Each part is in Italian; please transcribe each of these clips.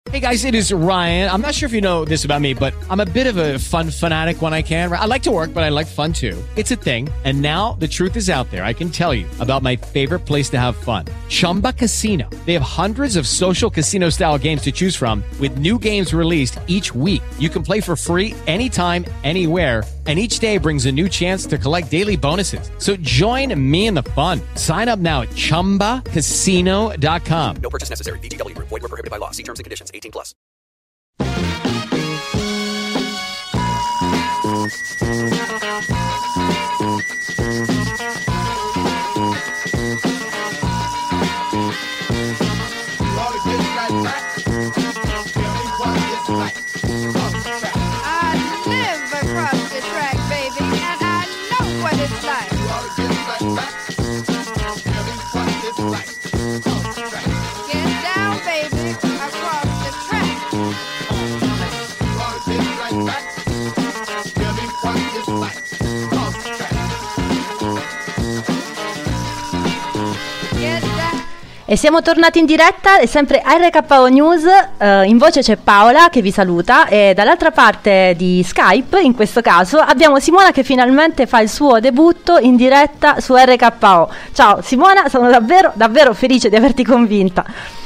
Hey guys, it is Ryan. I'm not sure if you know this about me, but I'm a bit of a fun fanatic when I can. I like to work, but I like fun too. It's a thing. And now the truth is out there. I can tell you about my favorite place to have fun. Chumba Casino. They have hundreds of social casino style games to choose from with new games released each week. You can play for free anytime, anywhere. And each day brings a new chance to collect daily bonuses. So join me in the fun. Sign up now at ChumbaCasino.com. No purchase necessary. VGW. Void where prohibited by law. See terms and conditions. 18+. E siamo tornati in diretta, è sempre RKO News, in voce c'è Paola che vi saluta e dall'altra parte di Skype, in questo caso, abbiamo Simona che finalmente fa il suo debutto in diretta su RKO. Ciao Simona, sono davvero felice di averti convinta.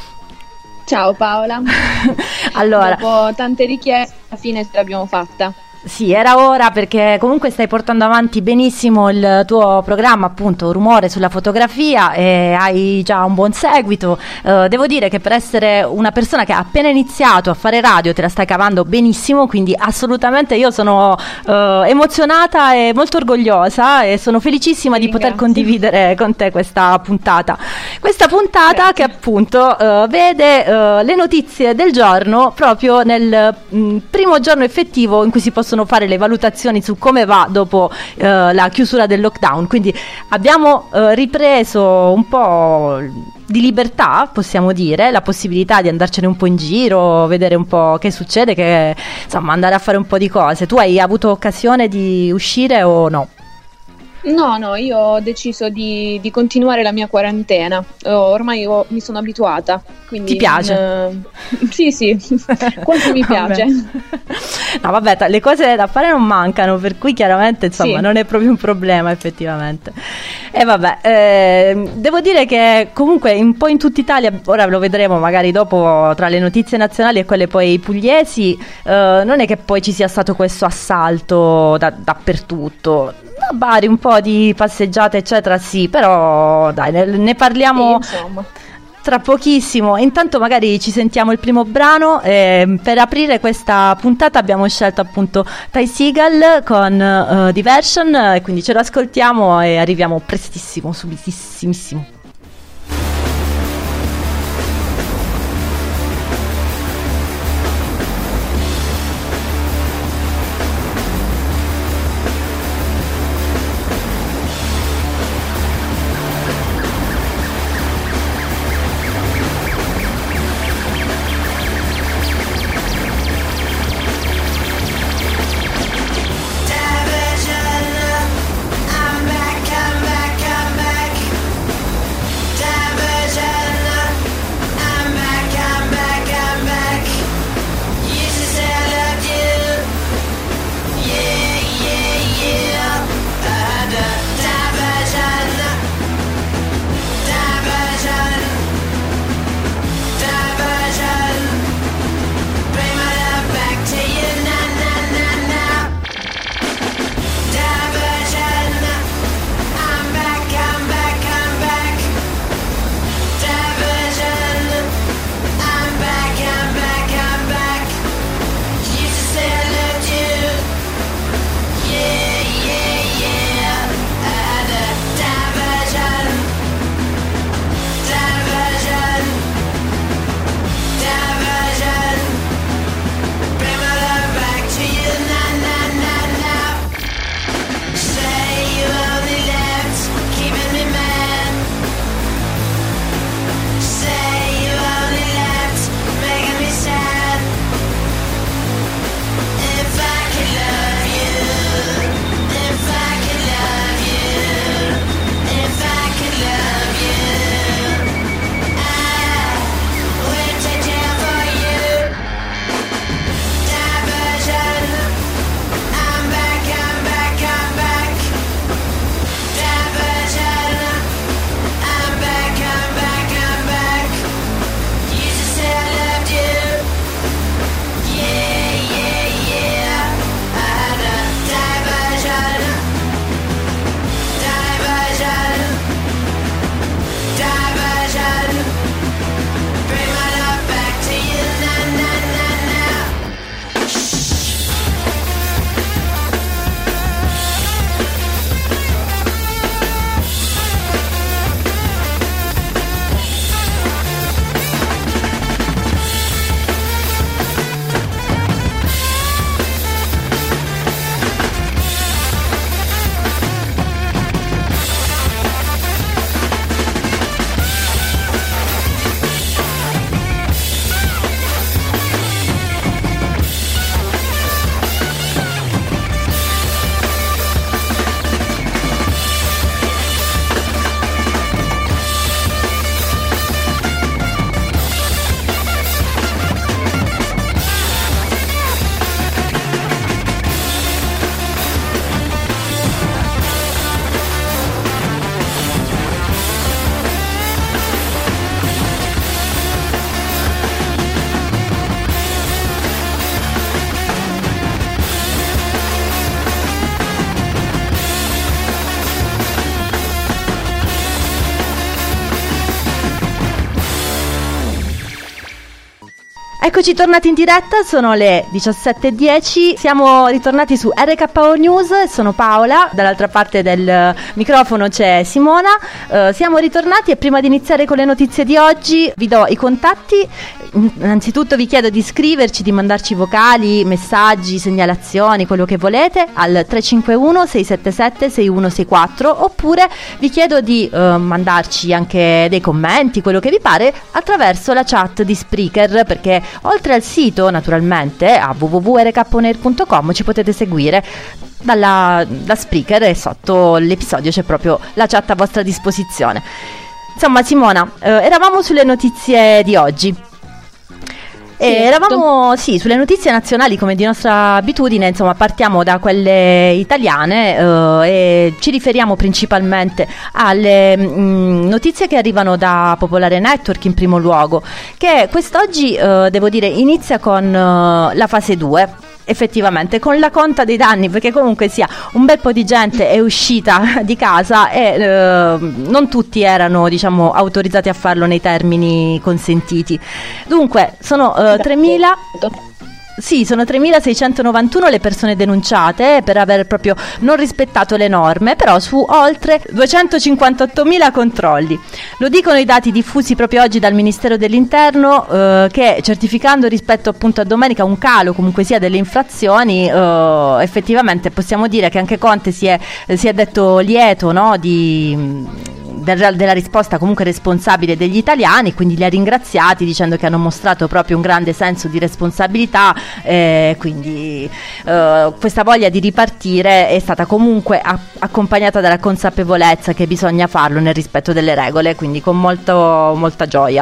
Ciao Paola. Allora, dopo tante richieste alla fine ce l'abbiamo fatta. Sì, era ora perché comunque stai portando avanti benissimo il tuo programma, appunto, Rumore sulla fotografia, e hai già un buon seguito. Devo dire che per essere una persona che ha appena iniziato a fare radio te la stai cavando benissimo, quindi assolutamente io sono emozionata e molto orgogliosa e sono felicissima di poter condividere con te questa puntata. Questa puntata che appunto vede le notizie del giorno proprio nel primo giorno effettivo in cui si possono fare le valutazioni su come va dopo la chiusura del lockdown. Quindi abbiamo ripreso un po' di libertà, possiamo dire, la possibilità di andarcene un po' in giro, vedere un po' che succede, che insomma andare a fare un po' di cose. Tu hai avuto occasione di uscire o no? No, io ho deciso di continuare la mia quarantena. Ormai mi sono abituata. Quindi ti piace? Sì, quanto mi piace. No, vabbè, le cose da fare non mancano, per cui chiaramente insomma non è proprio un problema effettivamente. E vabbè, devo dire che comunque un po' in tutta Italia, ora lo vedremo magari dopo tra le notizie nazionali e quelle poi pugliesi, non è che poi ci sia stato questo assalto dappertutto. A Bari un po' di passeggiate eccetera, sì, però dai, ne parliamo tra pochissimo. Intanto magari ci sentiamo il primo brano. Per aprire questa puntata abbiamo scelto appunto Ty Segall con Diversion, e quindi ce lo ascoltiamo e arriviamo prestissimo, subitissimissimo. I'm back. Eccoci tornati in diretta, sono le 17:10, siamo ritornati su RKO News, sono Paola, dall'altra parte del microfono c'è Simona, siamo ritornati e prima di iniziare con le notizie di oggi vi do i contatti. Innanzitutto vi chiedo di iscriverci, di mandarci vocali, messaggi, segnalazioni, quello che volete al 351 677 6164, oppure vi chiedo di mandarci anche dei commenti, quello che vi pare, attraverso la chat di Spreaker, perché oltre al sito naturalmente a www.rkonair.com ci potete seguire da Spreaker e sotto l'episodio c'è proprio la chat a vostra disposizione. Insomma, Simona, eravamo sulle notizie di oggi. Eravamo sulle notizie nazionali, come di nostra abitudine. Insomma, partiamo da quelle italiane e ci riferiamo principalmente alle notizie che arrivano da Popolare Network in primo luogo, che quest'oggi devo dire inizia con la fase 2. Effettivamente, con la conta dei danni, perché comunque sia un bel po' di gente è uscita di casa e non tutti erano, diciamo, autorizzati a farlo nei termini consentiti. Dunque sono 3.000. Sì, sono 3.691 le persone denunciate per aver proprio non rispettato le norme, però su oltre 258.000 controlli. Lo dicono i dati diffusi proprio oggi dal Ministero dell'Interno, che certificando rispetto appunto a domenica un calo comunque sia delle infrazioni, effettivamente possiamo dire che anche Conte si è detto lieto, no, della risposta comunque responsabile degli italiani, quindi li ha ringraziati dicendo che hanno mostrato proprio un grande senso di responsabilità, quindi questa voglia di ripartire è stata comunque accompagnata dalla consapevolezza che bisogna farlo nel rispetto delle regole, quindi con molta gioia.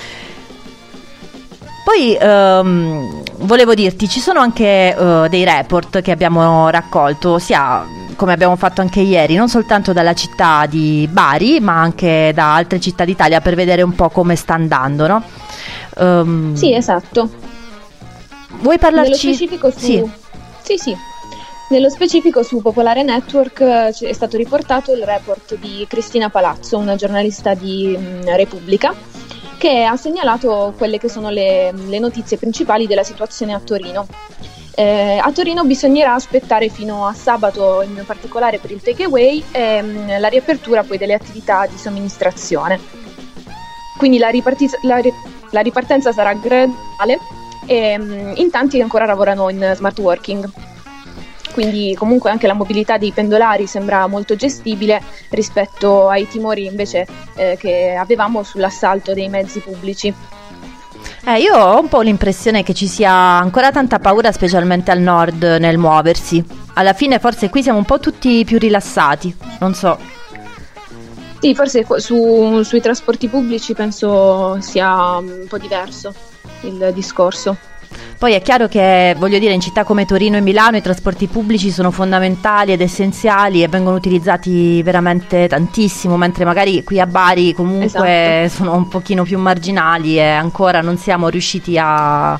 Poi volevo dirti, ci sono anche dei report che abbiamo raccolto, sia come abbiamo fatto anche ieri, non soltanto dalla città di Bari, ma anche da altre città d'Italia, per vedere un po' come sta andando, no? Sì, esatto. Vuoi parlarci? Nello specifico su... Sì. Nello specifico su Popolare Network è stato riportato il report di Cristina Palazzo, una giornalista di Repubblica, che ha segnalato quelle che sono le notizie principali della situazione a Torino. A Torino bisognerà aspettare fino a sabato, in particolare per il takeaway, e la riapertura poi delle attività di somministrazione. Quindi la ripartenza sarà graduale e in tanti ancora lavorano in smart working. Quindi comunque anche la mobilità dei pendolari sembra molto gestibile rispetto ai timori invece che avevamo sull'assalto dei mezzi pubblici. Io ho un po' l'impressione che ci sia ancora tanta paura, specialmente al nord, nel muoversi. Alla fine forse qui siamo un po' tutti più rilassati, non so. Sì, forse sui trasporti pubblici penso sia un po' diverso il discorso. Poi è chiaro che, voglio dire, in città come Torino e Milano i trasporti pubblici sono fondamentali ed essenziali e vengono utilizzati veramente tantissimo, mentre magari qui a Bari comunque sono un pochino più marginali e ancora non siamo riusciti a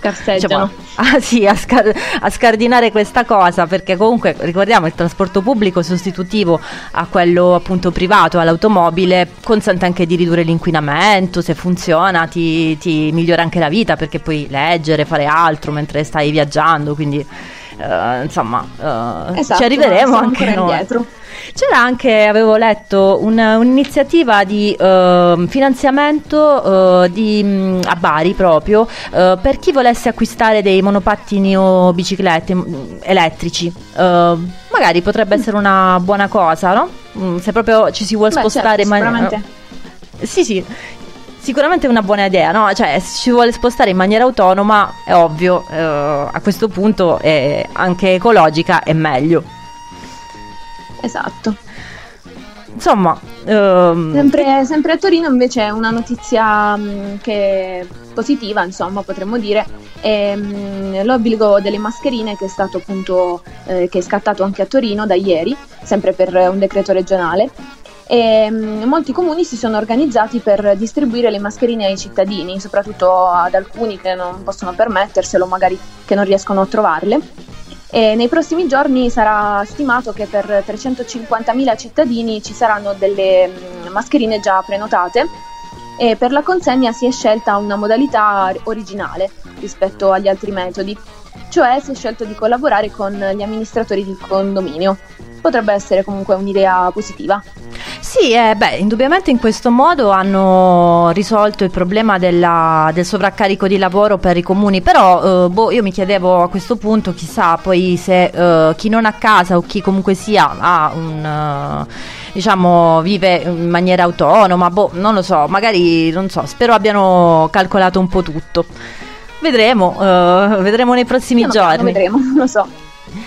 scardinare questa cosa, perché comunque ricordiamo il trasporto pubblico sostitutivo a quello appunto privato, all'automobile, consente anche di ridurre l'inquinamento, se funziona ti migliora anche la vita, perché puoi leggere, fare altro mentre stai viaggiando, quindi ci arriveremo anche noi. Indietro. C'era anche, avevo letto, un'iniziativa di finanziamento a Bari proprio per chi volesse acquistare dei monopattini o biciclette elettrici. Magari potrebbe essere una buona cosa, no? Se proprio ci si vuole spostare, certo, sicuramente. Sì. Sicuramente è una buona idea, no? Cioè, se ci vuole spostare in maniera autonoma, è ovvio, a questo punto è anche ecologica, è meglio. Esatto. Insomma, sempre a Torino invece è una notizia che è positiva, insomma, potremmo dire, è l'obbligo delle mascherine che è stato appunto che è scattato anche a Torino da ieri, sempre per un decreto regionale. E molti comuni si sono organizzati per distribuire le mascherine ai cittadini, soprattutto ad alcuni che non possono permetterselo, magari che non riescono a trovarle. E nei prossimi giorni sarà stimato che per 350.000 cittadini ci saranno delle mascherine già prenotate e per la consegna si è scelta una modalità originale rispetto agli altri metodi, cioè si è scelto di collaborare con gli amministratori del condominio. Potrebbe essere comunque un'idea positiva. Sì, indubbiamente in questo modo hanno risolto il problema del sovraccarico di lavoro per i comuni, però io mi chiedevo a questo punto, chissà poi se chi non ha casa o chi comunque sia ha vive in maniera autonoma, non lo so, magari, non so, spero abbiano calcolato un po' tutto. Vedremo nei prossimi giorni. Vedremo, non lo so.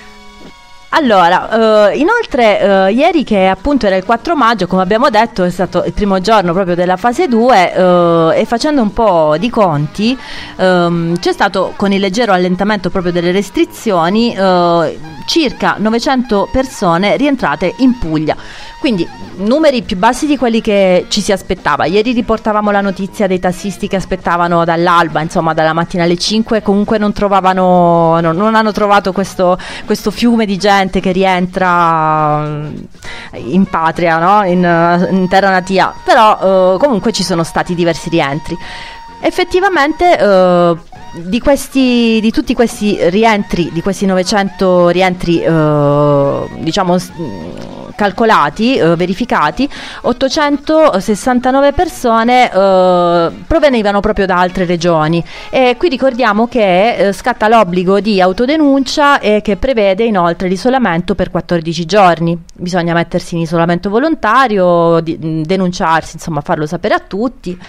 Allora, inoltre ieri, che appunto era il 4 maggio, come abbiamo detto, è stato il primo giorno proprio della fase 2, e facendo un po' di conti c'è stato, con il leggero allentamento proprio delle restrizioni, circa 900 persone rientrate in Puglia, quindi numeri più bassi di quelli che ci si aspettava. Ieri riportavamo la notizia dei tassisti che aspettavano dall'alba, insomma dalla mattina alle 5, comunque non hanno trovato questo fiume di gente che rientra in patria, no? in terra natia, però comunque ci sono stati diversi rientri. Effettivamente di tutti questi rientri, di questi 900 rientri calcolati, verificati, 869 persone provenivano proprio da altre regioni, e qui ricordiamo che scatta l'obbligo di autodenuncia e che prevede inoltre l'isolamento per 14 giorni. Bisogna mettersi in isolamento volontario, denunciarsi, insomma farlo sapere a tutti.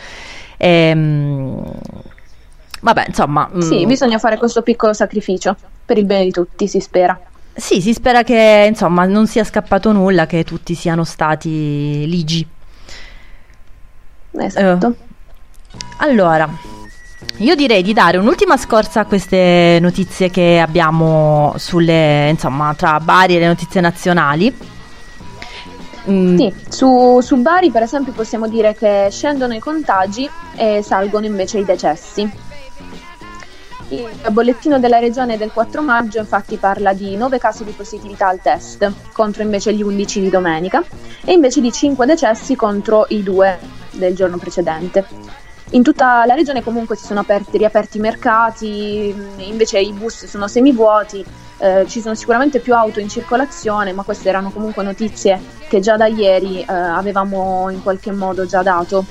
Vabbè, insomma, sì, bisogna fare questo piccolo sacrificio per il bene di tutti, si spera. Sì, si spera che insomma non sia scappato nulla, che tutti siano stati ligi. Esatto. Allora, io direi di dare un'ultima scorsa a queste notizie che abbiamo tra Bari e le notizie nazionali. Sì, su Bari per esempio possiamo dire che scendono i contagi e salgono invece i decessi. Il bollettino della regione del 4 maggio infatti parla di 9 casi di positività al test, contro invece gli 11 di domenica, e invece di 5 decessi contro i 2 del giorno precedente. In tutta la regione comunque si sono riaperti i mercati, invece i bus sono semivuoti, ci sono sicuramente più auto in circolazione, ma queste erano comunque notizie che già da ieri avevamo in qualche modo già dato.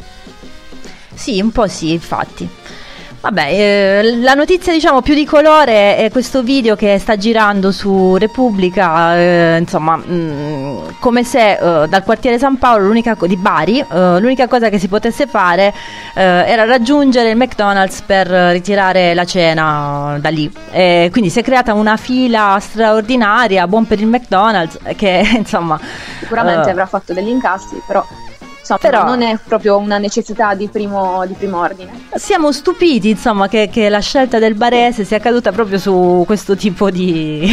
Sì, un po' sì, infatti. Vabbè, la notizia più di colore è questo video che sta girando su Repubblica, come se dal quartiere San Paolo di Bari l'unica cosa che si potesse fare era raggiungere il McDonald's per ritirare la cena da lì, quindi si è creata una fila straordinaria, buon per il McDonald's, che sicuramente avrà fatto degli incassi, però non è proprio una necessità di primo ordine. Siamo stupiti che la scelta del barese sia caduta proprio su questo tipo di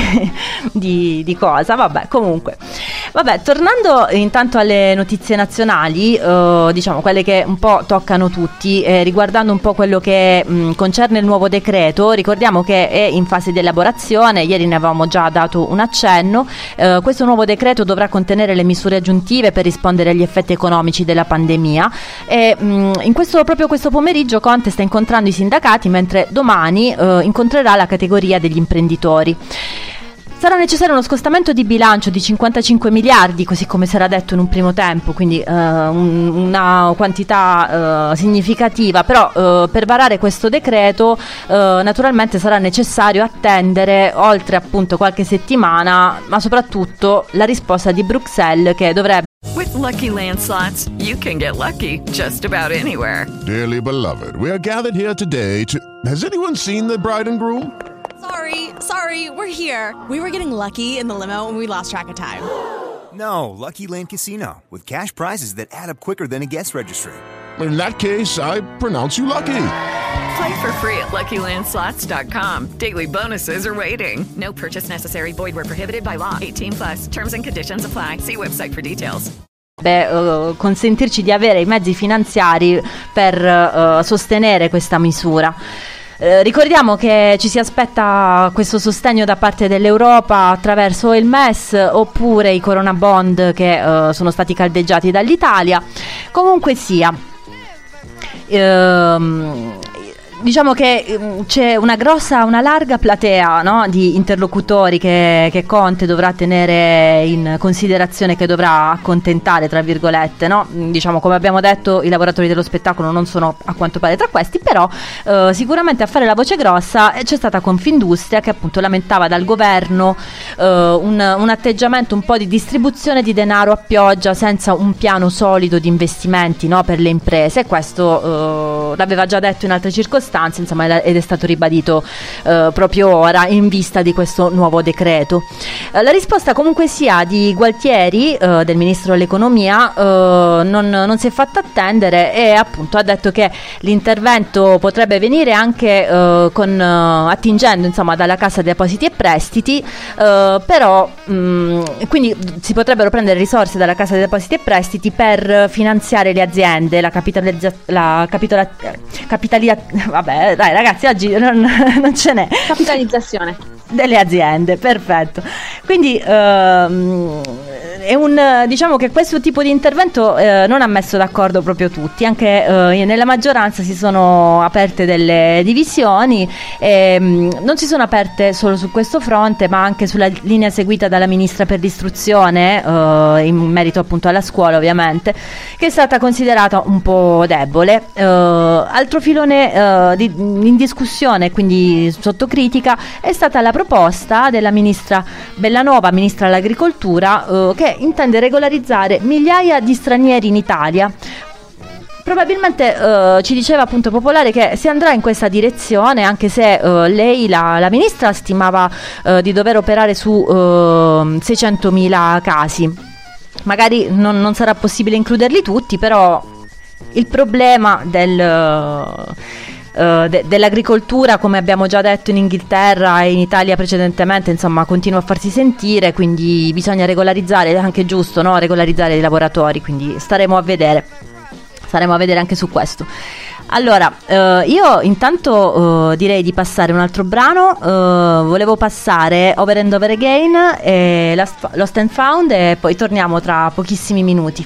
cosa. Vabbè, tornando intanto alle notizie nazionali, quelle che un po' toccano tutti, riguardando un po' quello che concerne il nuovo decreto. Ricordiamo che è in fase di elaborazione, ieri ne avevamo già dato un accenno. Questo nuovo decreto dovrà contenere le misure aggiuntive per rispondere agli effetti economici della pandemia, e proprio questo pomeriggio Conte sta incontrando i sindacati, mentre domani incontrerà la categoria degli imprenditori. Sarà necessario uno scostamento di bilancio di 55 miliardi, così come sarà detto in un primo tempo, quindi una quantità significativa, però per varare questo decreto naturalmente sarà necessario attendere oltre appunto qualche settimana, ma soprattutto la risposta di Bruxelles, che dovrebbe... With Lucky Land Slots, you can get lucky just about anywhere. Dearly beloved, we are gathered here today to... Has anyone seen the bride and groom? Sorry, we're here. We were getting lucky in the limo and we lost track of time. No, Lucky Land Casino, with cash prizes that add up quicker than a guest registry. In that case, I pronounce you lucky. Play for free at LuckyLandSlots.com. Daily bonuses are waiting. No purchase necessary. Void where prohibited by law. 18+. Terms and conditions apply. See website for details. Consentirci di avere i mezzi finanziari per sostenere questa misura. Ricordiamo che ci si aspetta questo sostegno da parte dell'Europa attraverso il MES oppure i Corona Bond che sono stati caldeggiati dall'Italia. Comunque sia, Diciamo che c'è una larga platea, no, di interlocutori che Conte dovrà tenere in considerazione, che dovrà accontentare, tra virgolette, no? Diciamo, come abbiamo detto, i lavoratori dello spettacolo non sono a quanto pare tra questi, però sicuramente a fare la voce grossa c'è stata Confindustria, che appunto lamentava dal governo un atteggiamento un po' di distribuzione di denaro a pioggia senza un piano solido di investimenti, no, per le imprese. Questo l'aveva già detto in altre circostanze, insomma, ed è stato ribadito proprio ora in vista di questo nuovo decreto. La risposta comunque sia di Gualtieri, del ministro dell'economia, non si è fatta attendere, e appunto ha detto che l'intervento potrebbe venire anche attingendo, insomma, dalla Cassa Depositi e Prestiti, però quindi si potrebbero prendere risorse dalla Cassa Depositi e Prestiti per finanziare le aziende, vabbè, dai ragazzi, oggi non ce n'è. Capitalizzazione delle aziende, perfetto. Quindi diciamo che questo tipo di intervento non ha messo d'accordo proprio tutti, anche nella maggioranza si sono aperte delle divisioni, non si sono aperte solo su questo fronte, ma anche sulla linea seguita dalla ministra per l'istruzione, in merito appunto alla scuola, ovviamente, che è stata considerata un po' debole. Altro filone in discussione, quindi sotto critica, è stata la proposta della ministra Bellanova, ministra dell'agricoltura, che intende regolarizzare migliaia di stranieri in Italia. Probabilmente ci diceva appunto Popolare che si andrà in questa direzione, anche se lei, la ministra, stimava di dover operare su 600.000 casi. Magari non sarà possibile includerli tutti, però il problema dell'agricoltura, come abbiamo già detto in Inghilterra e in Italia precedentemente, insomma, continua a farsi sentire, quindi bisogna regolarizzare, è anche giusto, no? Regolarizzare i lavoratori, quindi staremo a vedere anche su questo. Allora, io intanto direi di passare un altro brano. Volevo passare Over and Over Again e Lost and Found, e poi torniamo tra pochissimi minuti.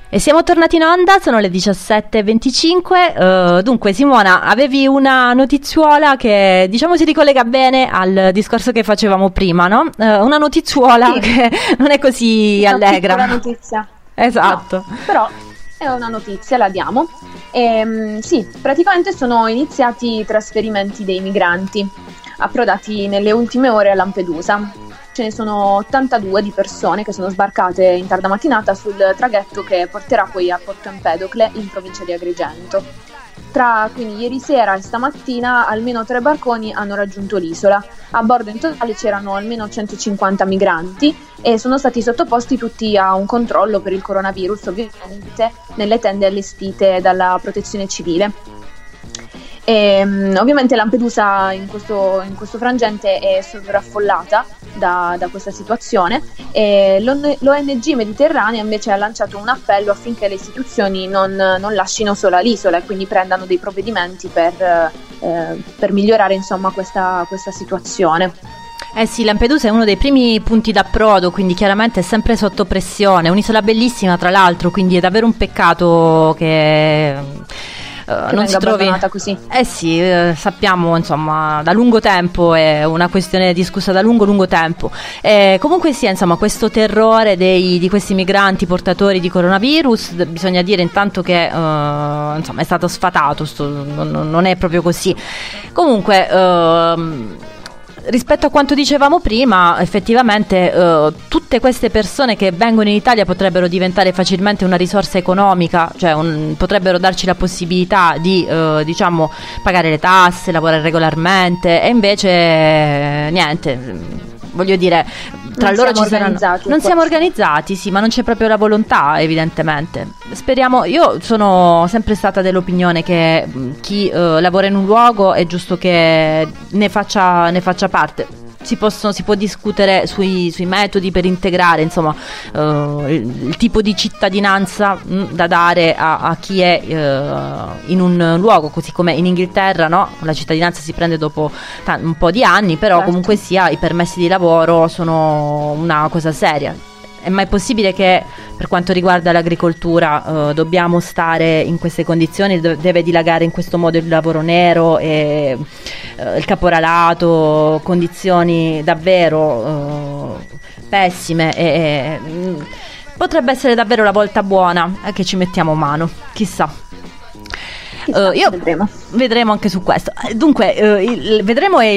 E siamo tornati in onda, sono le 17:25. Dunque Simona, avevi una notizuola che diciamo si ricollega bene al discorso che facevamo prima, no? Una notizuola che non è così allegra. Una notizia. Esatto. No, però è una notizia, la diamo. Sì, praticamente sono iniziati i trasferimenti dei migranti approdati nelle ultime ore a Lampedusa. Ce ne sono 82 di persone che sono sbarcate in tarda mattinata sul traghetto che porterà poi a Porto Empedocle in provincia di Agrigento. Tra quindi ieri sera e stamattina almeno 3 barconi hanno raggiunto l'isola. A bordo in totale c'erano almeno 150 migranti e sono stati sottoposti tutti a un controllo per il coronavirus, ovviamente nelle tende allestite dalla Protezione Civile. Ovviamente Lampedusa in questo frangente è sovraffollata da questa situazione e l'ONG Mediterranea invece ha lanciato un appello affinché le istituzioni non lascino sola l'isola e quindi prendano dei provvedimenti per migliorare insomma questa situazione. Eh sì, Lampedusa è uno dei primi punti d'approdo, quindi chiaramente è sempre sotto pressione, è un'isola bellissima tra l'altro, quindi è davvero un peccato che non si trovi così. Sì, sappiamo insomma da lungo tempo, è una questione discussa da lungo tempo. Comunque sia, insomma, questo terrore di questi migranti portatori di coronavirus, bisogna dire intanto che insomma è stato sfatato, non è proprio così. Comunque rispetto a quanto dicevamo prima, effettivamente tutte queste persone che vengono in Italia potrebbero diventare facilmente una risorsa economica, cioè potrebbero darci la possibilità di diciamo pagare le tasse, lavorare regolarmente, e invece niente. Voglio dire, tra loro ci saranno. Non siamo organizzati, sì, ma non c'è proprio la volontà, evidentemente. Speriamo. Io sono sempre stata dell'opinione che chi lavora in un luogo è giusto che ne faccia parte. Si può discutere sui metodi per integrare, insomma, il tipo di cittadinanza da dare a chi è in un luogo, così come in Inghilterra, no? La cittadinanza si prende dopo un po' di anni, però certo. Comunque sia, i permessi di lavoro sono una cosa seria. È mai possibile che per quanto riguarda l'agricoltura dobbiamo stare in queste condizioni? Deve dilagare in questo modo il lavoro nero e il caporalato, condizioni davvero pessime e potrebbe essere davvero la volta buona che ci mettiamo mano, chissà. Vedremo anche su questo. Dunque, vedremo è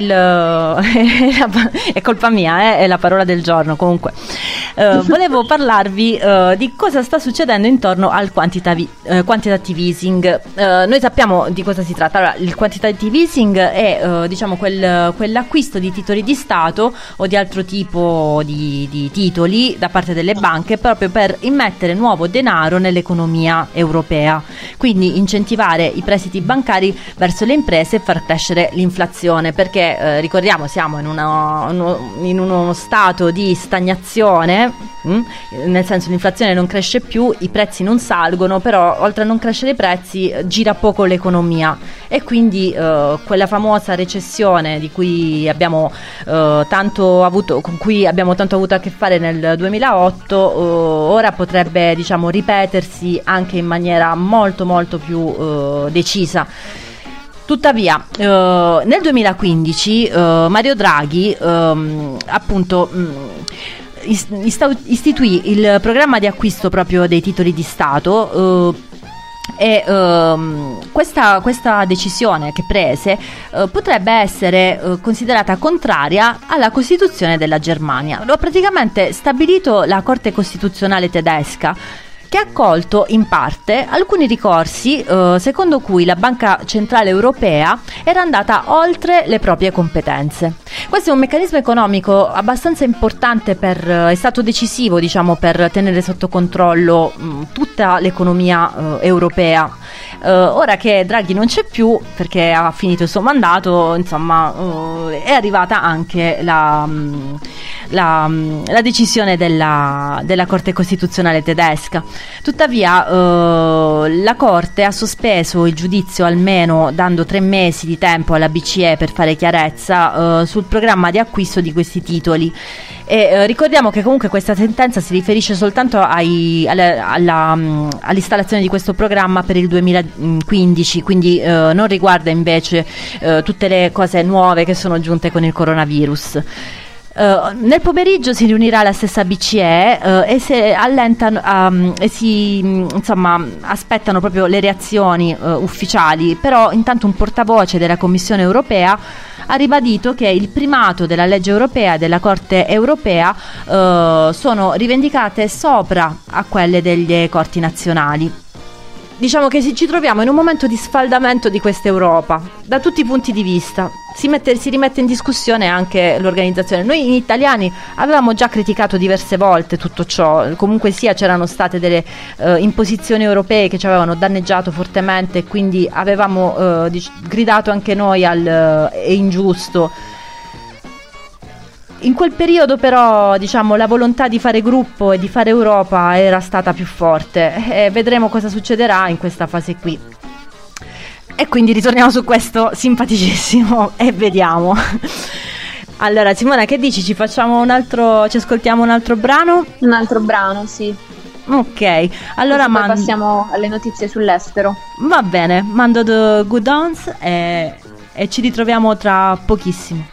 colpa mia, è la parola del giorno. Comunque, volevo parlarvi di cosa sta succedendo intorno al quantitative easing. Noi sappiamo di cosa si tratta. Allora, il quantitative easing è diciamo quell'acquisto di titoli di Stato o di altro tipo di titoli da parte delle banche proprio per immettere nuovo denaro nell'economia europea, quindi incentivare i prestiti bancari verso le imprese e far crescere l'inflazione, perché ricordiamo siamo in uno stato di stagnazione, nel senso l'inflazione non cresce più, i prezzi non salgono, però oltre a non crescere i prezzi gira poco l'economia e quindi quella famosa recessione di cui abbiamo con cui abbiamo tanto avuto a che fare nel 2008 ora potrebbe diciamo ripetersi anche in maniera molto più decisa. Tuttavia nel 2015 Mario Draghi appunto istituì il programma di acquisto proprio dei titoli di Stato e questa decisione che prese potrebbe essere considerata contraria alla Costituzione della Germania. Lo ha praticamente stabilito la Corte Costituzionale tedesca, che ha accolto in parte alcuni ricorsi secondo cui la Banca Centrale Europea era andata oltre le proprie competenze. Questo è un meccanismo economico abbastanza importante, è stato decisivo diciamo per tenere sotto controllo tutta l'economia europea. Ora che Draghi non c'è più perché ha finito il suo mandato, insomma è arrivata anche la decisione della Corte Costituzionale tedesca. Tuttavia la Corte ha sospeso il giudizio almeno dando 3 mesi di tempo alla BCE per fare chiarezza sul programma di acquisto di questi titoli E ricordiamo che comunque questa sentenza si riferisce soltanto all'installazione di questo programma per il 2015, quindi non riguarda invece tutte le cose nuove che sono giunte con il coronavirus. Nel pomeriggio si riunirà la stessa BCE e aspettano proprio le reazioni ufficiali, però intanto un portavoce della Commissione europea ha ribadito che il primato della legge europea e della Corte europea sono rivendicate sopra a quelle delle corti nazionali. Diciamo che ci troviamo in un momento di sfaldamento di questa Europa da tutti i punti di vista. Si rimette in discussione anche l'organizzazione. Noi italiani avevamo già criticato diverse volte tutto ciò, comunque sia c'erano state delle imposizioni europee che ci avevano danneggiato fortemente e quindi avevamo gridato anche noi al è ingiusto. In quel periodo però, diciamo, la volontà di fare gruppo e di fare Europa era stata più forte e vedremo cosa succederà in questa fase qui. E quindi ritorniamo su questo simpaticissimo e vediamo. Allora, Simona, che dici? Ci ascoltiamo un altro brano? Un altro brano, sì. Ok, allora poi passiamo alle notizie sull'estero. Va bene, mando The Good Ones e ci ritroviamo tra pochissimo.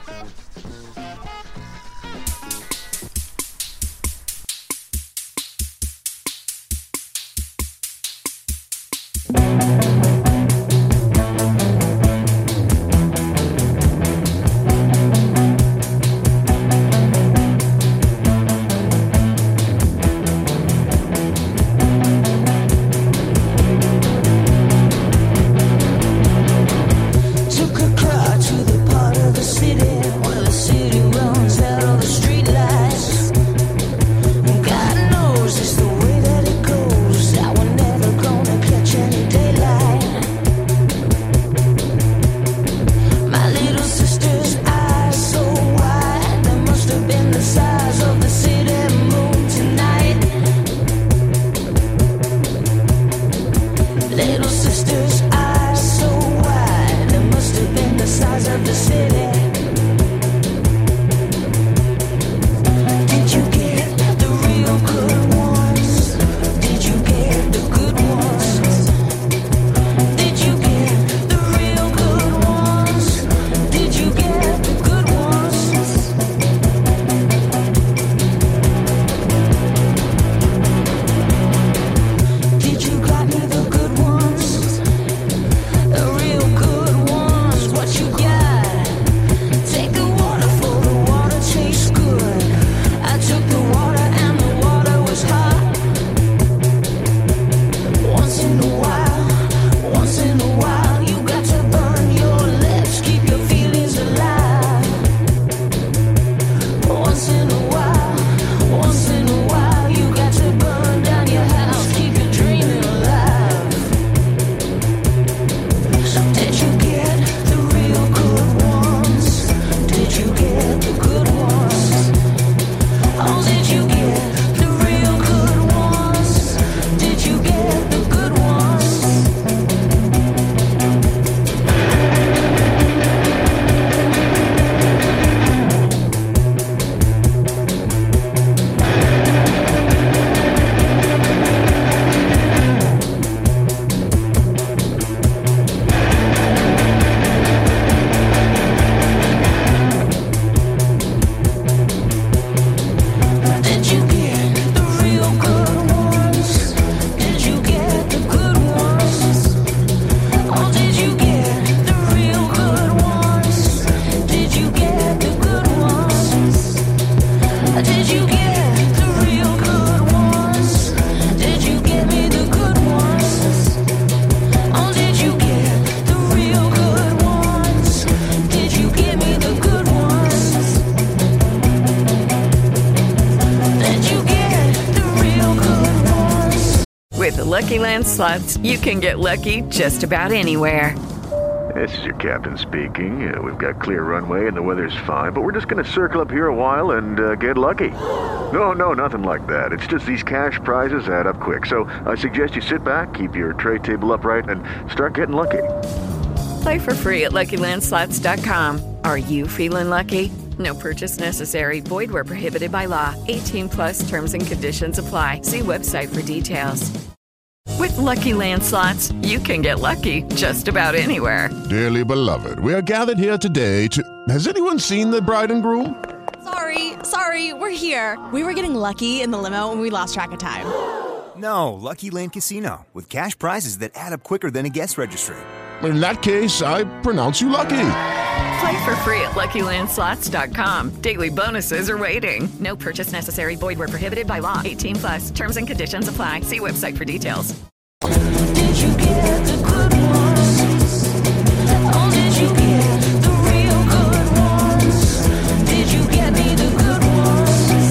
Lucky Land Slots, you can get lucky just about anywhere. This is your captain speaking. We've got clear runway and the weather's fine, but we're just going to circle up here a while and get lucky. No, nothing like that. It's just these cash prizes add up quick. So I suggest you sit back, keep your tray table upright, and start getting lucky. Play for free at LuckyLandSlots.com. Are you feeling lucky? No purchase necessary. Void where prohibited by law. 18 plus terms and conditions apply. See website for details. With Lucky Land Slots, you can get lucky just about anywhere. Dearly beloved, we are gathered here today to... Has anyone seen the bride and groom? Sorry, we're here. We were getting lucky in the limo and we lost track of time. No, Lucky Land Casino, with cash prizes that add up quicker than a guest registry. In that case, I pronounce you lucky. Play for free at LuckyLandSlots.com. Daily bonuses are waiting. No purchase necessary. Void where prohibited by law. 18 plus. Terms and conditions apply. See website for details. Did you get the good ones? Oh, did you get the real good ones? Did you get me the good ones?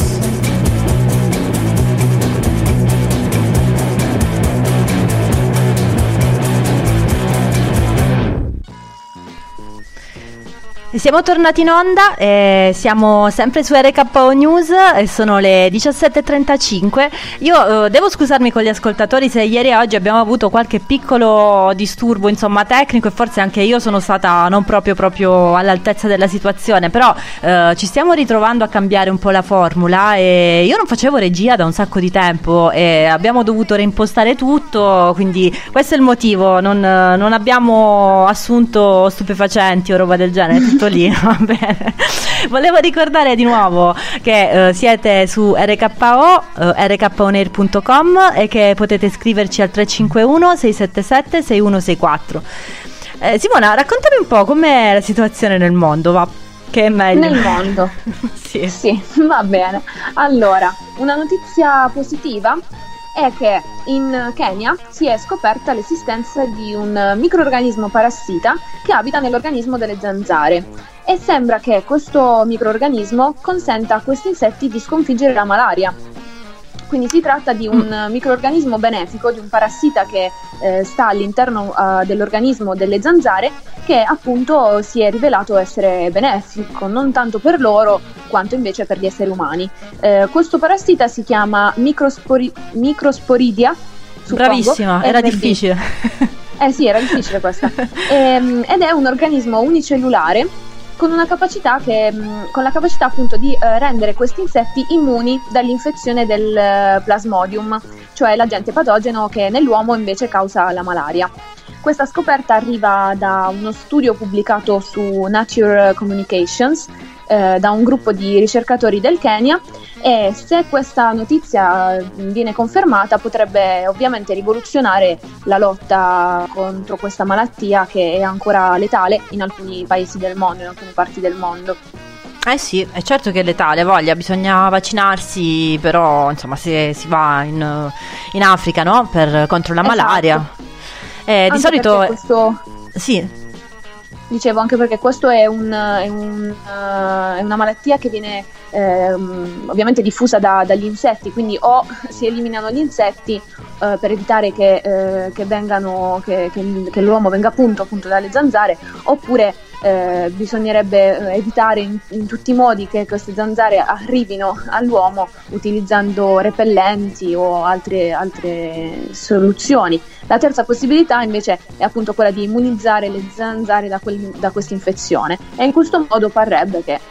Siamo tornati in onda, siamo sempre su RKO News e sono le 17.35. Io devo scusarmi con gli ascoltatori se ieri e oggi abbiamo avuto qualche piccolo disturbo, insomma, tecnico, e forse anche io sono stata non proprio all'altezza della situazione, però ci stiamo ritrovando a cambiare un po' la formula e io non facevo regia da un sacco di tempo e abbiamo dovuto reimpostare tutto, quindi questo è il motivo, non abbiamo assunto stupefacenti o roba del genere, tutto lì, va bene. Volevo ricordare di nuovo che siete su RKO, rkonair.com, e che potete scriverci al 351 677 6164. Simona, raccontami un po' com'è la situazione nel mondo, va? Che è meglio. Nel mondo? Sì, va bene. Allora, una notizia positiva è che in Kenya si è scoperta l'esistenza di un microorganismo parassita che abita nell'organismo delle zanzare e sembra che questo microorganismo consenta a questi insetti di sconfiggere la malaria. Quindi si tratta di un microorganismo benefico, di un parassita che sta all'interno dell'organismo delle zanzare, che appunto si è rivelato essere benefico, non tanto per loro quanto invece per gli esseri umani. Questo parassita si chiama Microsporidia. Bravissima, era difficile. Sì, era difficile questa. Ed è un organismo unicellulare con la capacità appunto di rendere questi insetti immuni dall'infezione del Plasmodium, cioè l'agente patogeno che nell'uomo invece causa la malaria. Questa scoperta arriva da uno studio pubblicato su Nature Communications da un gruppo di ricercatori del Kenya, e se questa notizia viene confermata potrebbe ovviamente rivoluzionare la lotta contro questa malattia che è ancora letale in alcuni paesi del mondo, in alcune parti del mondo. Sì, è certo che è letale, voglia, bisogna vaccinarsi, però insomma se si va in Africa, no? Contro la malaria. Di solito sì. Dicevo, anche perché questo è una malattia che viene ovviamente diffusa dagli insetti, quindi o si eliminano gli insetti per evitare che l'uomo venga appunto dalle zanzare, oppure bisognerebbe evitare in tutti i modi che queste zanzare arrivino all'uomo utilizzando repellenti o altre soluzioni. La terza possibilità invece è appunto quella di immunizzare le zanzare da questa infezione, e in questo modo parrebbe che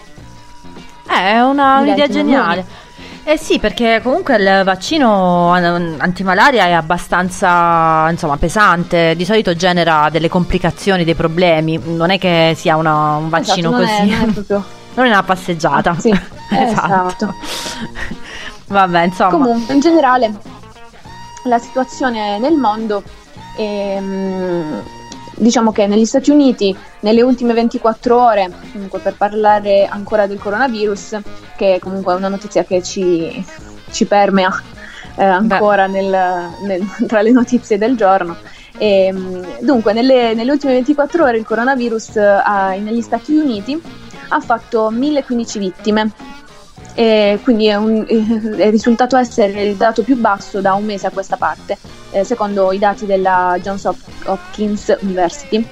è un'idea geniale. Sì, perché comunque il vaccino antimalaria è abbastanza, insomma, pesante, di solito genera delle complicazioni, dei problemi, non è che sia un vaccino così, non è una passeggiata. Sì, esatto. Vabbè, insomma. Comunque, in generale, la situazione nel mondo è, diciamo che negli Stati Uniti nelle ultime 24 ore, comunque, per parlare ancora del coronavirus, che comunque è una notizia che ci permea ancora tra le notizie del giorno. Dunque nelle ultime 24 ore il coronavirus negli Stati Uniti ha fatto 1015 vittime, e quindi è risultato essere il dato più basso da un mese a questa parte, secondo i dati della Johns Hopkins University.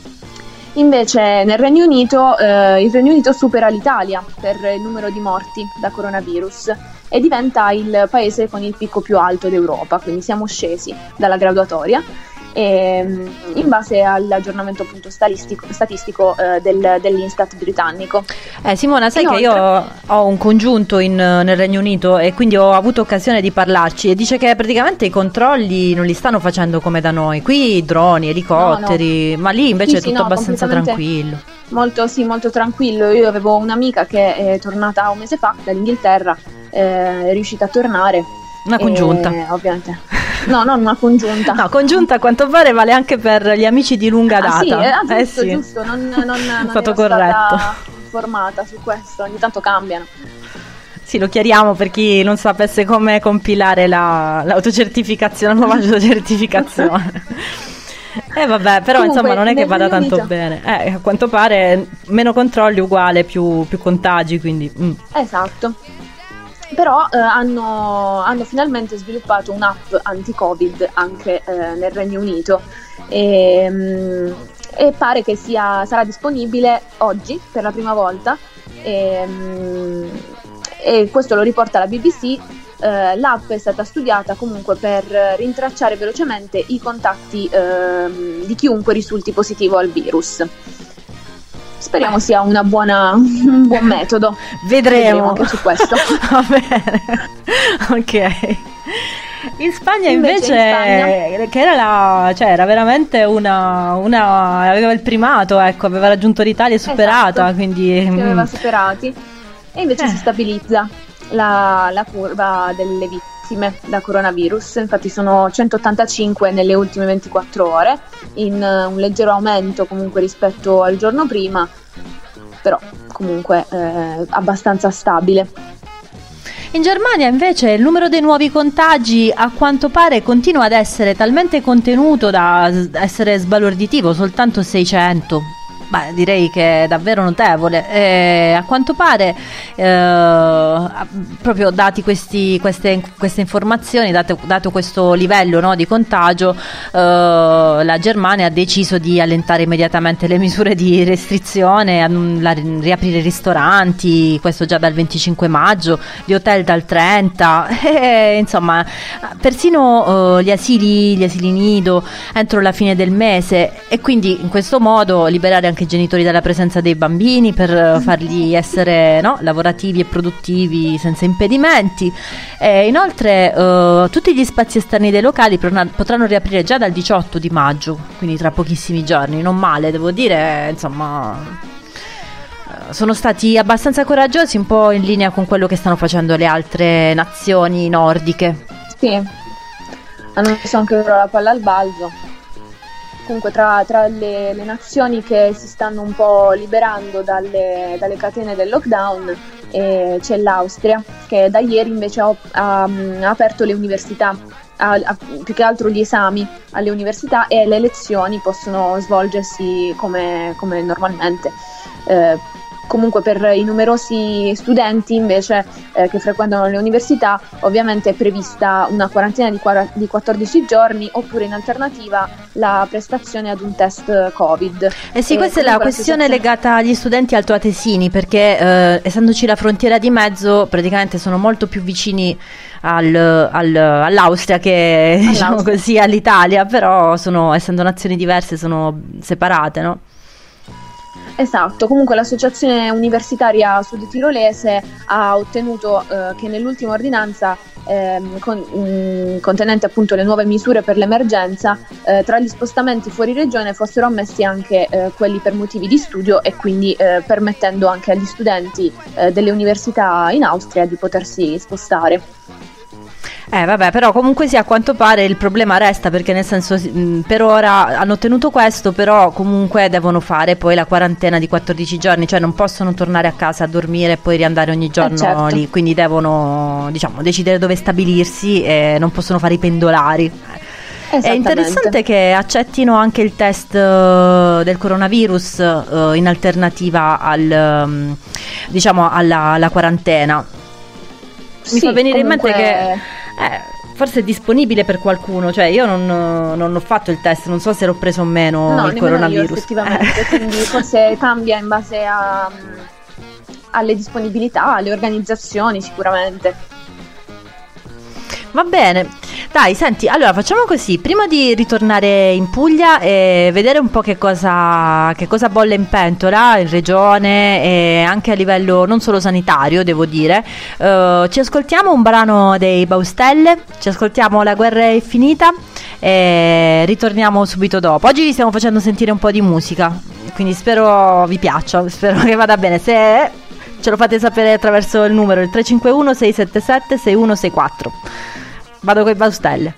Invece nel Regno Unito il Regno Unito supera l'Italia per il numero di morti da coronavirus e diventa il paese con il picco più alto d'Europa, quindi siamo scesi dalla graduatoria. in base all'aggiornamento appunto statistico dell'Instat britannico. Simona, sai che io ho un congiunto nel Regno Unito e quindi ho avuto occasione di parlarci, e dice che praticamente i controlli non li stanno facendo come da noi, qui droni, elicotteri, ma lì invece è tutto abbastanza tranquillo. Molto tranquillo. Io avevo un'amica che è tornata un mese fa dall'Inghilterra, è riuscita a tornare. Una congiunta. Ovviamente. No, non una congiunta. No, congiunta a quanto pare vale anche per gli amici di lunga data. Giusto, non stato ero corretto. Stata informata su questo, ogni tanto cambiano. Sì, lo chiariamo per chi non sapesse come compilare l'autocertificazione, la nuova autocertificazione. Vabbè, però comunque, insomma non è che vada tanto bene. A quanto pare meno controlli uguale più contagi, quindi Esatto. Però hanno finalmente sviluppato un'app anti-Covid anche nel Regno Unito e pare che sarà disponibile oggi per la prima volta e questo lo riporta la BBC. L'app è stata studiata comunque per rintracciare velocemente i contatti di chiunque risulti positivo al virus. Speriamo sia un buon metodo. Vedremo anche su questo. Va bene. Ok. In Spagna invece che era veramente aveva il primato, ecco, aveva raggiunto l'Italia e superata, esatto, quindi aveva superati, e invece si stabilizza la curva delle vittime da coronavirus. Infatti sono 185 nelle ultime 24 ore, in un leggero aumento comunque rispetto al giorno prima, però comunque abbastanza stabile. In Germania invece il numero dei nuovi contagi a quanto pare continua ad essere talmente contenuto da essere sbalorditivo, soltanto 600. Beh, direi che è davvero notevole. A quanto pare, proprio dati queste informazioni, dato questo livello, no, di contagio, la Germania ha deciso di allentare immediatamente le misure di restrizione, riaprire i ristoranti, questo già dal 25 maggio, gli hotel dal 30, insomma, persino gli asili nido entro la fine del mese, e quindi in questo modo liberare anche i genitori dalla presenza dei bambini per farli essere lavorativi e produttivi senza impedimenti. Inoltre tutti gli spazi esterni dei locali potranno riaprire già dal 18 di maggio, quindi tra pochissimi giorni. Non male, devo dire, insomma, sono stati abbastanza coraggiosi, un po' in linea con quello che stanno facendo le altre nazioni nordiche. Sì, hanno messo anche loro la palla al balzo. Comunque tra le nazioni che si stanno un po' liberando dalle catene del lockdown c'è l'Austria, che da ieri invece ha aperto le università, più che altro gli esami alle università, e le lezioni possono svolgersi come normalmente. Comunque per i numerosi studenti invece che frequentano le università ovviamente è prevista una quarantena di 14 giorni, oppure in alternativa la prestazione ad un test Covid. Sì, questa è la questione legata agli studenti altoatesini, perché essendoci la frontiera di mezzo praticamente sono molto più vicini all'Austria che diciamo così all'Italia, però essendo nazioni diverse sono separate, no? Esatto, comunque l'associazione universitaria sud-tirolese ha ottenuto che nell'ultima ordinanza contenente appunto le nuove misure per l'emergenza, tra gli spostamenti fuori regione fossero ammessi anche quelli per motivi di studio, e quindi permettendo anche agli studenti delle università in Austria di potersi spostare. Vabbè, però comunque sia, a quanto pare il problema resta, perché nel senso per ora hanno ottenuto questo, però comunque devono fare poi la quarantena di 14 giorni, cioè non possono tornare a casa a dormire e poi riandare ogni giorno certo. lì, quindi devono decidere dove stabilirsi e non possono fare i pendolari. È interessante che accettino anche il test del coronavirus in alternativa alla quarantena. Mi fa venire in mente che forse è disponibile per qualcuno, cioè io non ho fatto il test, non so se l'ho preso o meno il coronavirus. Io effettivamente, quindi forse cambia in base alle disponibilità, alle organizzazioni sicuramente. Va bene, Dai, senti, allora facciamo così, prima di ritornare in Puglia e vedere un po' che cosa bolle in pentola in regione e anche a livello non solo sanitario, devo dire, ci ascoltiamo un brano dei Baustelle, ci ascoltiamo La guerra è finita e ritorniamo subito dopo. Oggi vi stiamo facendo sentire un po' di musica, quindi spero vi piaccia, spero che vada bene. Se ce lo fate sapere attraverso il numero, il 351 677 6164. Vado con i Baustelle.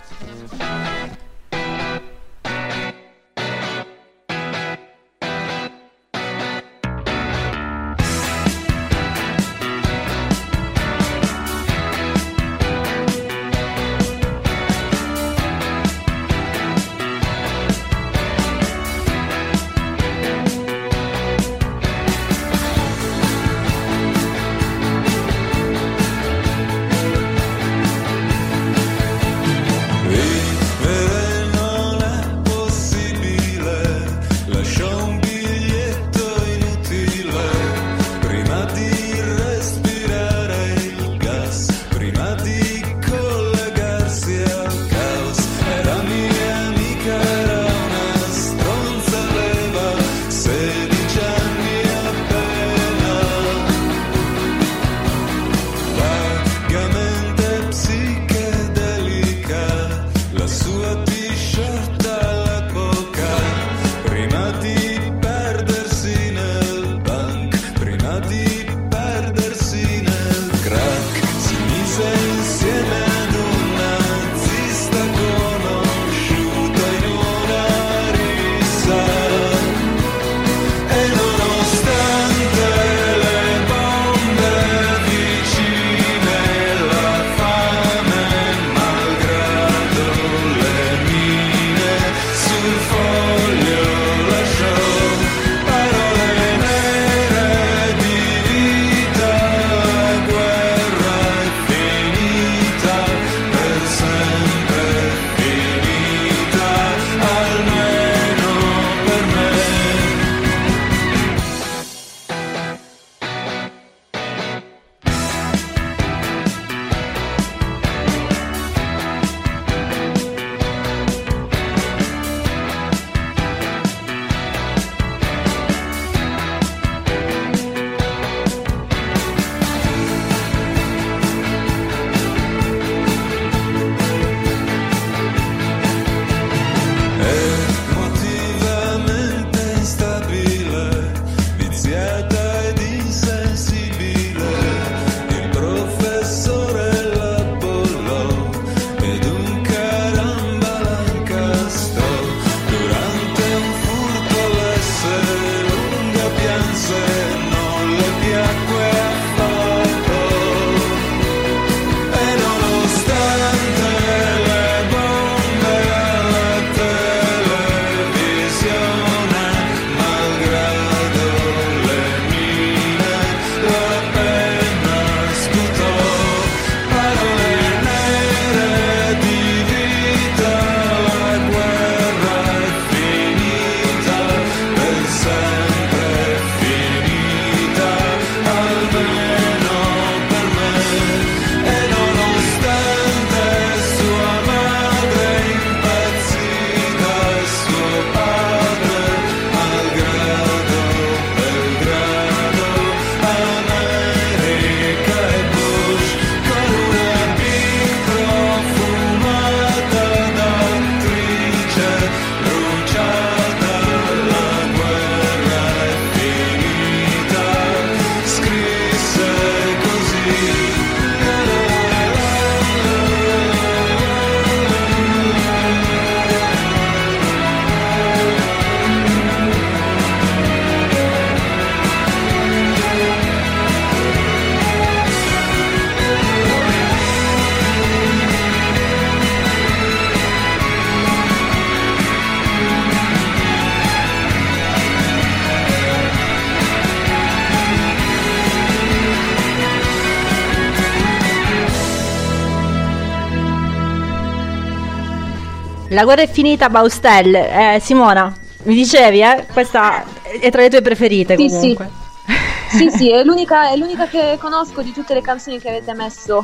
La guerra è finita, Baustelle. Simona, mi dicevi, questa è tra le tue preferite comunque. Sì, è l'unica che conosco di tutte le canzoni che avete messo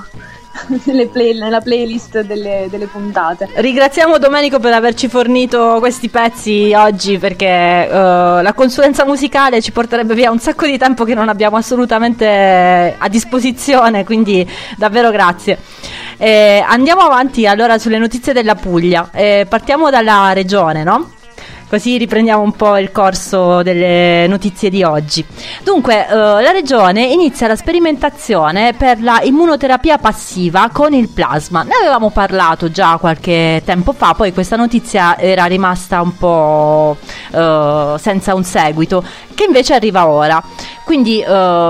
nella playlist delle puntate. Ringraziamo Domenico per averci fornito questi pezzi oggi, perché la consulenza musicale ci porterebbe via un sacco di tempo che non abbiamo assolutamente a disposizione, quindi davvero grazie. Andiamo avanti allora sulle notizie della Puglia. Partiamo dalla regione, no? Così riprendiamo un po' il corso delle notizie di oggi. Dunque, la regione inizia la sperimentazione per la immunoterapia passiva con il plasma. Ne avevamo parlato già qualche tempo fa, poi questa notizia era rimasta un po' senza un seguito, che invece arriva ora. Quindi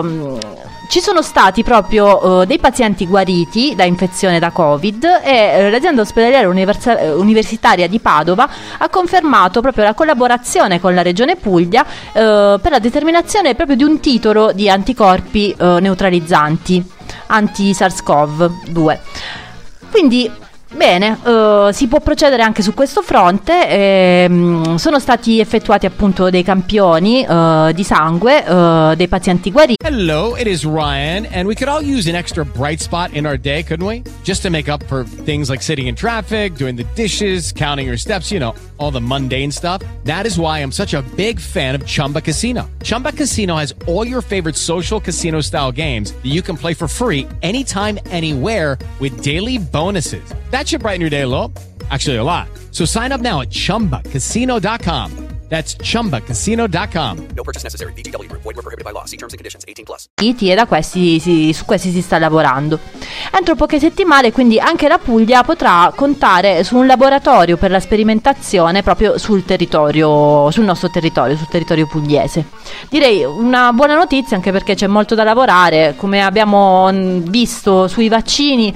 ci sono stati proprio dei pazienti guariti da infezione da Covid, e l'azienda ospedaliera universitaria di Padova ha confermato proprio la collaborazione con la Regione Puglia per la determinazione proprio di un titolo di anticorpi neutralizzanti anti-SARS-CoV-2. Quindi bene, si può procedere anche su questo fronte. Sono stati effettuati appunto dei campioni di sangue dei pazienti guariti. Hello, it is Ryan, and we could all use an extra bright spot in our day, couldn't we? Just to make up for things like sitting in traffic, doing the dishes, counting your steps, all the mundane stuff. That is why I'm such a big fan of Chumba Casino. Chumba Casino has all your favorite social casino style games that you can play for free anytime, anywhere with daily bonuses. That should brighten your day a little. Actually, a lot. So sign up now at ChumbaCasino.com. That's ChumbaCasino.com. No purchase necessary. VGW Group. Void where prohibited by law. See terms and conditions. 18+. E da su questi si sta lavorando. Entro poche settimane, quindi, anche la Puglia potrà contare su un laboratorio per la sperimentazione proprio sul nostro territorio, sul territorio pugliese. Direi una buona notizia, anche perché c'è molto da lavorare. Come abbiamo visto sui vaccini,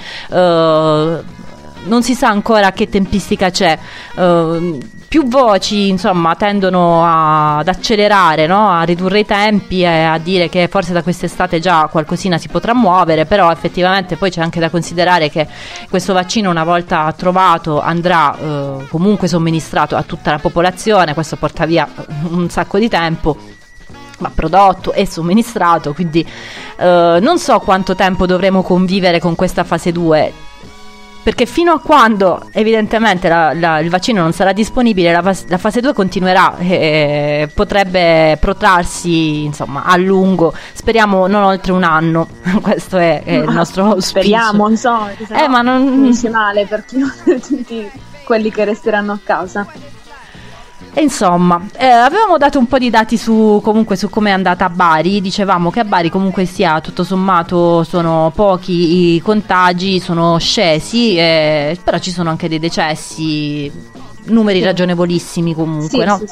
non si sa ancora che tempistica c'è. Più voci insomma tendono ad accelerare, no? A ridurre i tempi e a dire che forse da quest'estate già qualcosina si potrà muovere, però effettivamente poi c'è anche da considerare che questo vaccino, una volta trovato, andrà comunque somministrato a tutta la popolazione. Questo porta via un sacco di tempo, ma prodotto e somministrato, quindi non so quanto tempo dovremo convivere con questa fase 2, perché fino a quando evidentemente il vaccino non sarà disponibile, la fase 2 continuerà e potrebbe protrarsi insomma a lungo. Speriamo non oltre un anno. Questo è il nostro auspicio. Speriamo, insomma, ma non finisce male per tutti quelli che resteranno a casa. E insomma, avevamo dato un po' di dati su come è andata a Bari. Dicevamo che a Bari comunque sia tutto sommato sono pochi i contagi, sono scesi, però ci sono anche dei decessi, numeri ragionevolissimi comunque, no?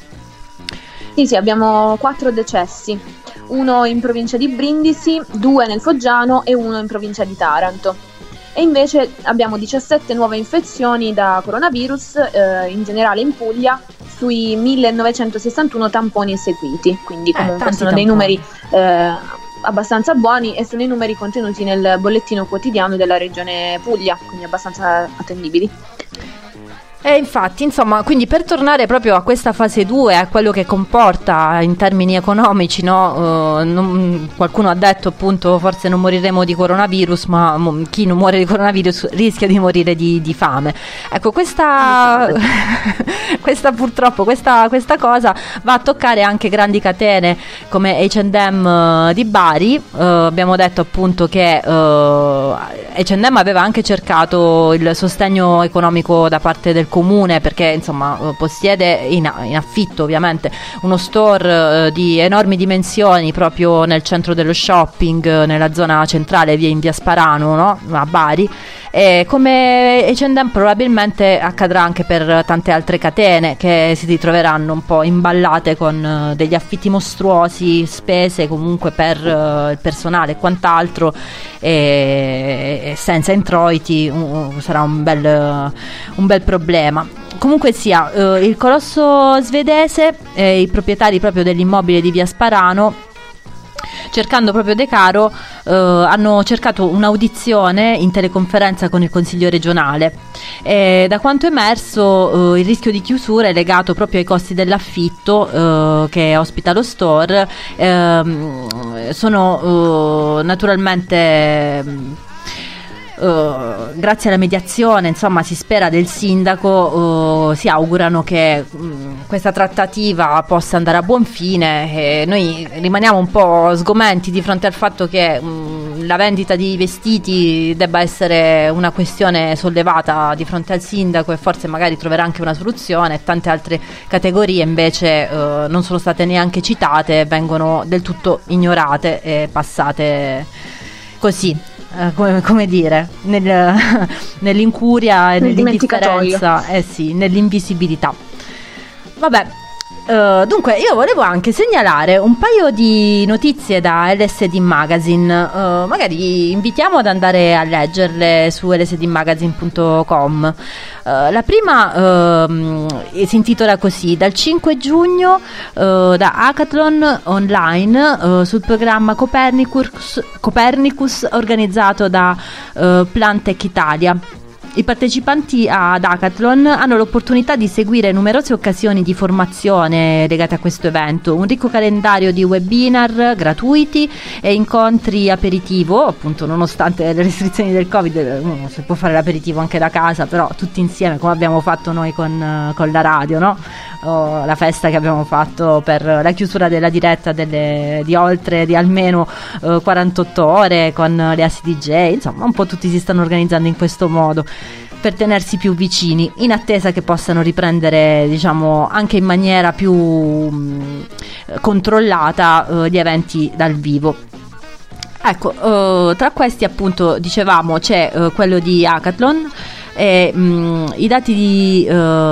Sì, abbiamo 4 decessi, uno in provincia di Brindisi, 2 nel Foggiano e 1 in provincia di Taranto. E invece abbiamo 17 nuove infezioni da coronavirus in generale in Puglia, sui 1961 tamponi eseguiti, quindi comunque sono dei numeri abbastanza buoni, e sono i numeri contenuti nel bollettino quotidiano della regione Puglia, quindi abbastanza attendibili. E infatti, insomma, quindi per tornare proprio a questa fase 2, a quello che comporta in termini economici, no? Qualcuno ha detto appunto forse non moriremo di coronavirus, ma chi non muore di coronavirus rischia di morire di fame. Ecco, questa purtroppo questa cosa va a toccare anche grandi catene come H&M di Bari. Abbiamo detto appunto che H&M aveva anche cercato il sostegno economico da parte del comune, perché insomma possiede in affitto ovviamente uno store di enormi dimensioni proprio nel centro dello shopping, nella zona centrale in via Sparano, no? A Bari. E come H&M probabilmente accadrà anche per tante altre catene che si ritroveranno un po' imballate con degli affitti mostruosi, spese comunque per il personale e quant'altro, e senza introiti sarà un bel problema. Comunque sia, il colosso svedese, i proprietari proprio dell'immobile di via Sparano, cercando proprio De Caro, hanno cercato un'audizione in teleconferenza con il Consiglio regionale. Da quanto è emerso, il rischio di chiusura è legato proprio ai costi dell'affitto che ospita lo store. Sono naturalmente grazie alla mediazione, insomma, si spera del sindaco, si augurano che questa trattativa possa andare a buon fine. Noi rimaniamo un po' sgomenti di fronte al fatto che la vendita di vestiti debba essere una questione sollevata di fronte al sindaco, e forse magari troverà anche una soluzione, e tante altre categorie invece non sono state neanche citate, vengono del tutto ignorate e passate così, come dire, nell'incuria e nell'indifferenza, sì, nell'invisibilità. Vabbè. Dunque, io volevo anche segnalare un paio di notizie da LSD Magazine. Magari invitiamo ad andare a leggerle su lsdmagazine.com. La prima si intitola così: dal 5 giugno da Hackathon online sul programma Copernicus organizzato da Plantech Italia. I partecipanti ad Hackathon hanno l'opportunità di seguire numerose occasioni di formazione legate a questo evento, un ricco calendario di webinar gratuiti e incontri aperitivo, appunto nonostante le restrizioni del Covid si può fare l'aperitivo anche da casa, però tutti insieme, come abbiamo fatto noi con la radio, no? La festa che abbiamo fatto per la chiusura della diretta di almeno 48 ore con le ASI DJ, insomma un po' tutti si stanno organizzando in questo modo per tenersi più vicini, in attesa che possano riprendere, diciamo, anche in maniera più controllata gli eventi dal vivo. Ecco, tra questi appunto dicevamo c'è quello di Hackathon, e i dati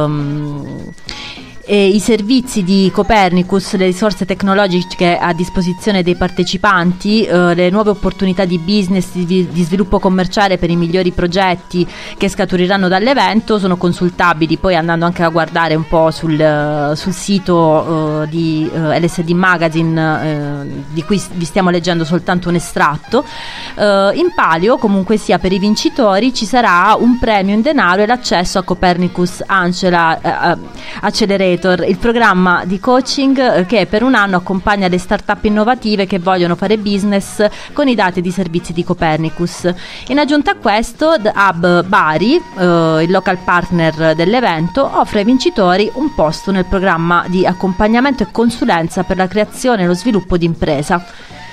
e i servizi di Copernicus, le risorse tecnologiche a disposizione dei partecipanti, le nuove opportunità di business, di sviluppo commerciale per i migliori progetti che scaturiranno dall'evento sono consultabili poi andando anche a guardare un po' sul sito di LSD Magazine, di cui vi stiamo leggendo soltanto un estratto. In palio, comunque sia, per i vincitori ci sarà un premio in denaro e l'accesso a Copernicus Accelerator, il programma di coaching che per un anno accompagna le start-up innovative che vogliono fare business con i dati e i servizi di Copernicus. In aggiunta a questo, The Hub Bari, il local partner dell'evento, offre ai vincitori un posto nel programma di accompagnamento e consulenza per la creazione e lo sviluppo di impresa.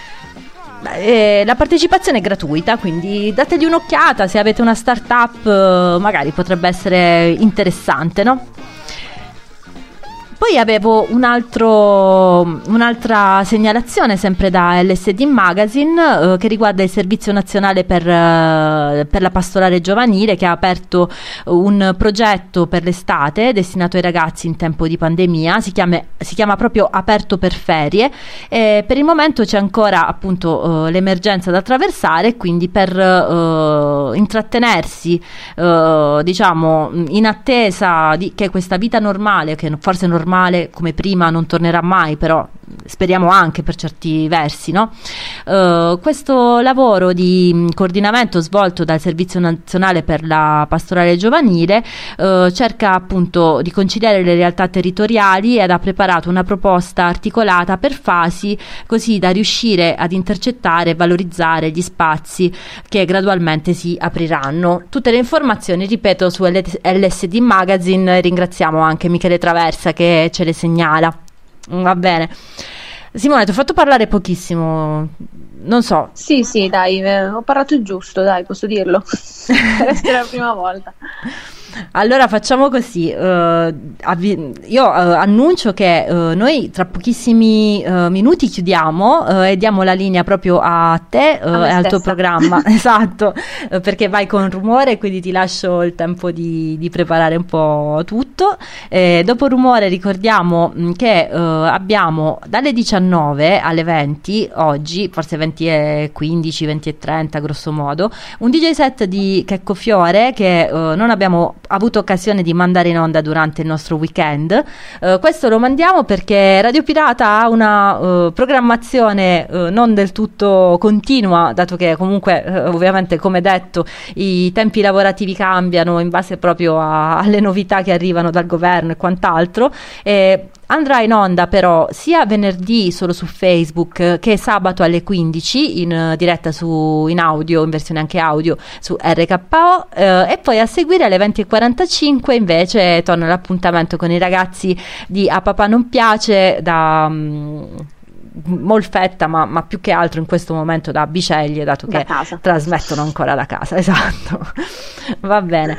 La partecipazione è gratuita, quindi dategli un'occhiata. Se avete una startup, magari potrebbe essere interessante, no? Poi avevo un'altra segnalazione sempre da LSD Magazine che riguarda il Servizio Nazionale per la Pastorale Giovanile, che ha aperto un progetto per l'estate destinato ai ragazzi in tempo di pandemia. Si chiama proprio Aperto per Ferie, e per il momento c'è ancora appunto l'emergenza da attraversare, quindi per intrattenersi diciamo in attesa che questa vita normale, che forse normale come prima non tornerà mai, però speriamo anche per certi versi, no? Questo lavoro di coordinamento svolto dal Servizio Nazionale per la Pastorale Giovanile cerca appunto di conciliare le realtà territoriali ed ha preparato una proposta articolata per fasi, così da riuscire ad intercettare e valorizzare gli spazi che gradualmente si apriranno. Tutte le informazioni, ripeto, su LSD Magazine. Ringraziamo anche Michele Traversa che ce le segnala. Va bene. Simone, ti ho fatto parlare pochissimo, non so. Sì, dai, ho parlato il giusto, dai, posso dirlo. È la prima volta. Allora facciamo così, io annuncio che noi tra pochissimi minuti chiudiamo e diamo la linea proprio a te e al tuo programma. Esatto, perché vai con Rumore, quindi ti lascio il tempo di preparare un po' tutto. Dopo Rumore ricordiamo che abbiamo dalle 19 alle 20 oggi, forse 20:15, 20:30 grosso modo, un DJ set di Checco Fiore che non abbiamo avuto occasione di mandare in onda durante il nostro weekend. Questo lo mandiamo perché Radio Pirata ha una programmazione non del tutto continua, dato che comunque ovviamente, come detto, i tempi lavorativi cambiano in base proprio alle novità che arrivano dal governo e quant'altro. Andrà in onda però sia venerdì solo su Facebook che sabato alle 15 in diretta in audio, in versione anche audio su RKO, e poi a seguire alle 20:45 invece torna l'appuntamento con i ragazzi di A Papà Non Piace da Molfetta, ma più che altro in questo momento da Biceglie, dato che trasmettono ancora da casa. Esatto. Va bene.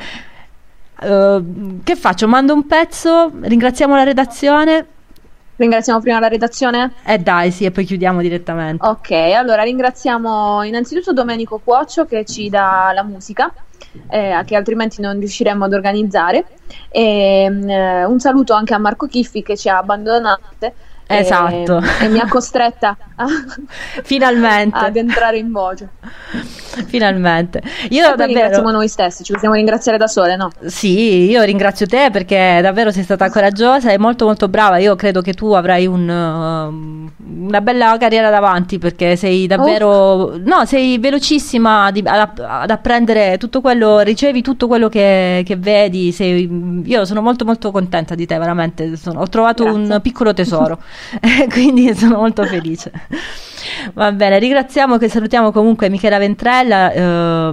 Che faccio? Mando un pezzo, ringraziamo la redazione. Ringraziamo prima la redazione? Dai, sì, e poi chiudiamo direttamente. Ok, allora ringraziamo innanzitutto Domenico Cuoccio che ci dà la musica, che altrimenti non riusciremmo ad organizzare, e un saluto anche a Marco Chiffi che ci ha abbandonate. Esatto. E mi ha costretta finalmente ad entrare in voce. Finalmente. Io e davvero ringraziamo noi stessi, ci possiamo ringraziare da sole, no? Sì, io ringrazio te perché davvero sei stata coraggiosa e molto molto brava. Io credo che tu avrai una bella carriera davanti, perché sei davvero sei velocissima ad apprendere tutto quello, ricevi tutto quello che vedi. Io sono molto molto contenta di te, veramente. Ho trovato un piccolo tesoro. Quindi sono molto felice. Va bene, ringraziamo, che salutiamo comunque Michela Ventrella,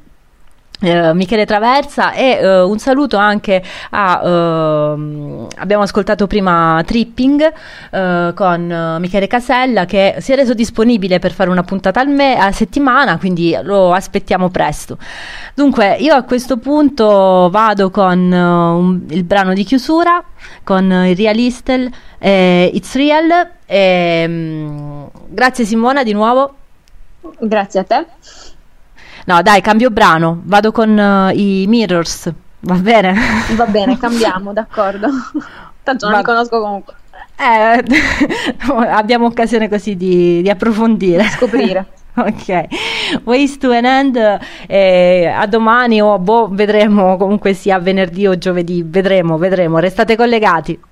Michele Traversa, e un saluto anche abbiamo ascoltato prima Tripping con Michele Casella, che si è reso disponibile per fare una puntata a settimana, quindi lo aspettiamo presto. Dunque io a questo punto vado con il brano di chiusura, con il Realistel, It's Real, grazie Simona di nuovo. Grazie a te. No dai, cambio brano, vado con i Mirrors, va bene? Va bene, cambiamo, d'accordo. Tanto non li conosco comunque. Abbiamo occasione così di approfondire, scoprire. Ok, Ways to an End, a domani o vedremo, comunque sia venerdì o giovedì, vedremo, restate collegati.